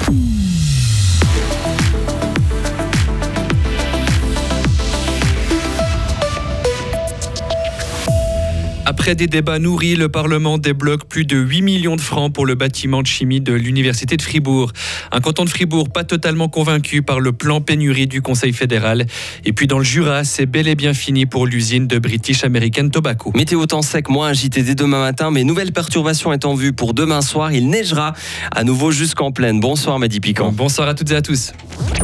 Après des débats nourris, le Parlement débloque plus de 8 millions de francs pour le bâtiment de chimie de l'Université de Fribourg. Un canton de Fribourg pas totalement convaincu par le plan pénurie du Conseil fédéral. Et puis dans le Jura, c'est bel et bien fini pour l'usine de British American Tobacco. Météo temps sec, moins agité dès demain matin, mais nouvelle perturbation est en vue pour demain soir. Il neigera à nouveau jusqu'en plaine. Bonsoir Mehdi Piquant. Bonsoir à toutes et à tous.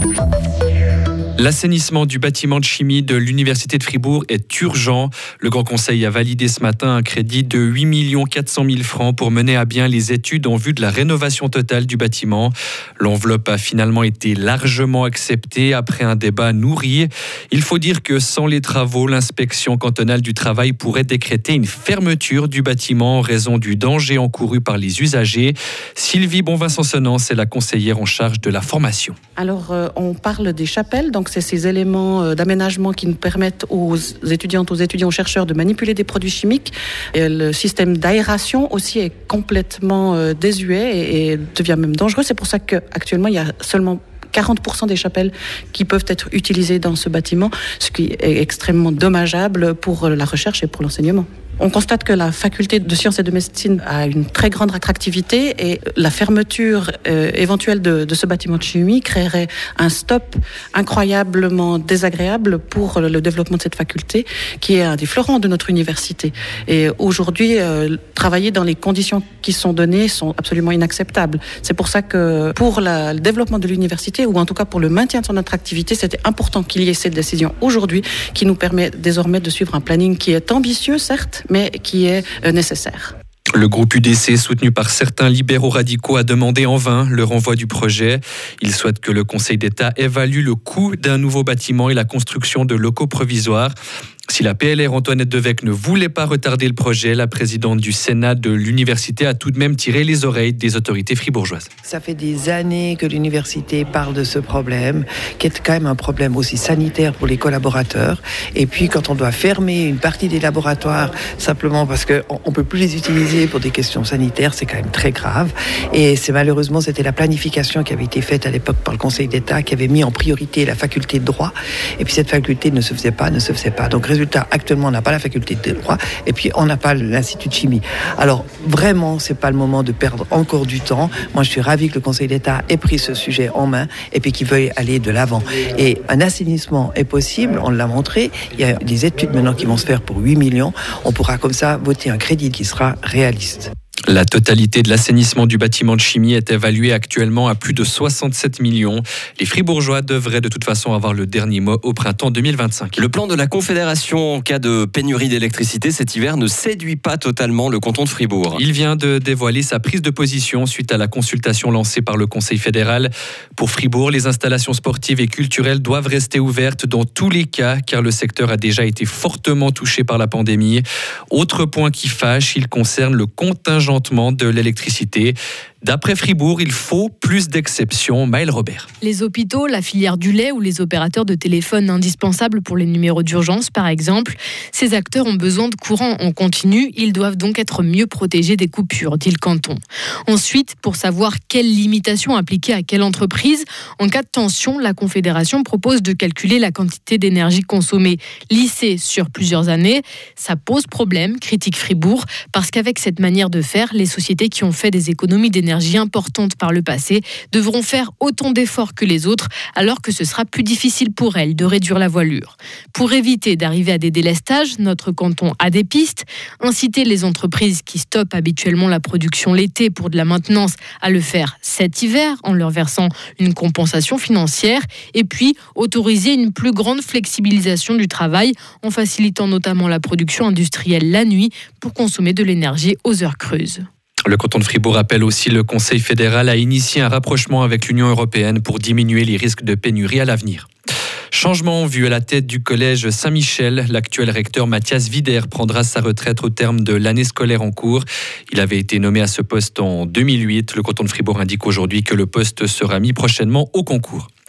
L'assainissement du bâtiment de chimie de l'Université de Fribourg est urgent. Le Grand Conseil a validé ce matin un crédit de 8 400 000 francs pour mener à bien les études en vue de la rénovation totale du bâtiment. L'enveloppe a finalement été largement acceptée après un débat nourri. Il faut dire que sans les travaux, l'inspection cantonale du travail pourrait décréter une fermeture du bâtiment en raison du danger encouru par les usagers. Sylvie Bonvin-Sansonance est la conseillère en charge de la formation. Alors, on parle des chapelles, donc c'est ces éléments d'aménagement qui nous permettent aux étudiantes, aux étudiants, aux chercheurs de manipuler des produits chimiques. Et le système d'aération aussi est complètement désuet et devient même dangereux. C'est pour ça qu'actuellement, il y a seulement 40% des chapelles qui peuvent être utilisées dans ce bâtiment, ce qui est extrêmement dommageable pour la recherche et pour l'enseignement. On constate que la faculté de sciences et de médecine a une très grande attractivité et la fermeture éventuelle de ce bâtiment de chimie créerait un stop incroyablement désagréable pour le développement de cette faculté qui est un des fleurons de notre université. Et aujourd'hui, travailler dans les conditions qui sont données sont absolument inacceptables. C'est pour ça que pour le développement de l'université, ou en tout cas pour le maintien de son attractivité, c'était important qu'il y ait cette décision aujourd'hui qui nous permet désormais de suivre un planning qui est ambitieux, certes, mais qui est nécessaire. Le groupe UDC, soutenu par certains libéraux radicaux, a demandé en vain le renvoi du projet. Il souhaite que le Conseil d'État évalue le coût d'un nouveau bâtiment et la construction de locaux provisoires. Si la PLR Antoinette Devecq ne voulait pas retarder le projet, la présidente du Sénat de l'université a tout de même tiré les oreilles des autorités fribourgeoises. Ça fait des années que l'université parle de ce problème, qui est quand même un problème aussi sanitaire pour les collaborateurs. Et puis quand on doit fermer une partie des laboratoires simplement parce qu'on ne peut plus les utiliser pour des questions sanitaires, c'est quand même très grave. Et malheureusement, c'était la planification qui avait été faite à l'époque par le Conseil d'État qui avait mis en priorité la faculté de droit. Et puis cette faculté ne se faisait pas. Donc résultat, actuellement, on n'a pas la faculté de droit et puis on n'a pas l'Institut de chimie. Alors, vraiment, c'est pas le moment de perdre encore du temps. Moi, je suis ravie que le Conseil d'État ait pris ce sujet en main et puis qu'il veuille aller de l'avant. Et un assainissement est possible, on l'a montré. Il y a des études maintenant qui vont se faire pour 8 millions. On pourra comme ça voter un crédit qui sera réaliste. La totalité de l'assainissement du bâtiment de chimie est évaluée actuellement à plus de 67 millions. Les Fribourgeois devraient de toute façon avoir le dernier mot au printemps 2025. Le plan de la Confédération en cas de pénurie d'électricité cet hiver ne séduit pas totalement le canton de Fribourg. Il vient de dévoiler sa prise de position suite à la consultation lancée par le Conseil fédéral. Pour Fribourg, les installations sportives et culturelles doivent rester ouvertes dans tous les cas car le secteur a déjà été fortement touché par la pandémie. Autre point qui fâche, il concerne le contingentement de l'électricité. D'après Fribourg, il faut plus d'exceptions. Maëlle Robert. Les hôpitaux, la filière du lait ou les opérateurs de téléphone indispensables pour les numéros d'urgence, par exemple, ces acteurs ont besoin de courant en continu. Ils doivent donc être mieux protégés des coupures, dit le canton. Ensuite, pour savoir quelles limitations appliquer à quelle entreprise, en cas de tension, la Confédération propose de calculer la quantité d'énergie consommée lissée sur plusieurs années. Ça pose problème, critique Fribourg, parce qu'avec cette manière de faire, les sociétés qui ont fait des économies d'énergie importantes par le passé devront faire autant d'efforts que les autres, alors que ce sera plus difficile pour elles de réduire la voilure. Pour éviter d'arriver à des délestages, notre canton a des pistes. Inciter les entreprises qui stoppent habituellement la production l'été pour de la maintenance à le faire cet hiver en leur versant une compensation financière, et puis autoriser une plus grande flexibilisation du travail en facilitant notamment la production industrielle la nuit pour consommer de l'énergie aux heures creuses. Le canton de Fribourg appelle aussi le Conseil fédéral à initier un rapprochement avec l'Union européenne pour diminuer les risques de pénurie à l'avenir. Changement en vue à la tête du collège Saint-Michel. L'actuel recteur Mathias Wider prendra sa retraite au terme de l'année scolaire en cours. Il avait été nommé à ce poste en 2008. Le canton de Fribourg indique aujourd'hui que le poste sera mis prochainement au concours.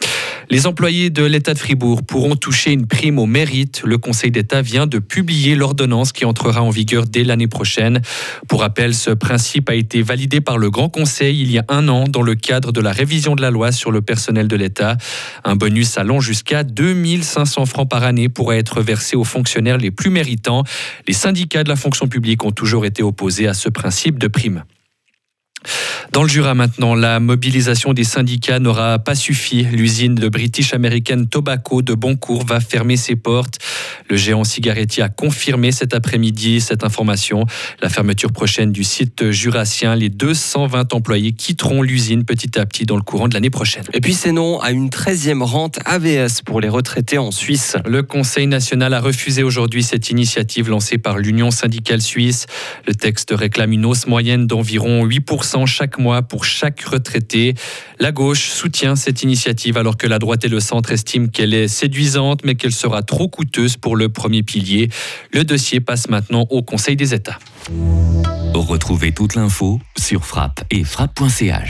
Les employés de l'État de Fribourg pourront toucher une prime au mérite. Le Conseil d'État vient de publier l'ordonnance qui entrera en vigueur dès l'année prochaine. Pour rappel, ce principe a été validé par le Grand Conseil il y a 1 an dans le cadre de la révision de la loi sur le personnel de l'État. Un bonus allant jusqu'à 2500 francs par année pourrait être versé aux fonctionnaires les plus méritants. Les syndicats de la fonction publique ont toujours été opposés à ce principe de prime. Dans le Jura maintenant, la mobilisation des syndicats n'aura pas suffi. L'usine de British American Tobacco de Boncourt va fermer ses portes. Le géant cigarettier a confirmé cet après-midi cette information. La fermeture prochaine du site jurassien, les 220 employés quitteront l'usine petit à petit dans le courant de l'année prochaine. Et puis c'est non à une 13e rente AVS pour les retraités en Suisse. Le Conseil national a refusé aujourd'hui cette initiative lancée par l'Union syndicale suisse. Le texte réclame une hausse moyenne d'environ 8% chaque mois pour chaque retraité. La gauche soutient cette initiative alors que la droite et le centre estiment qu'elle est séduisante mais qu'elle sera trop coûteuse pour le premier pilier. Le dossier passe maintenant au Conseil des États. Retrouvez toute l'info sur frappe et frappe.ch.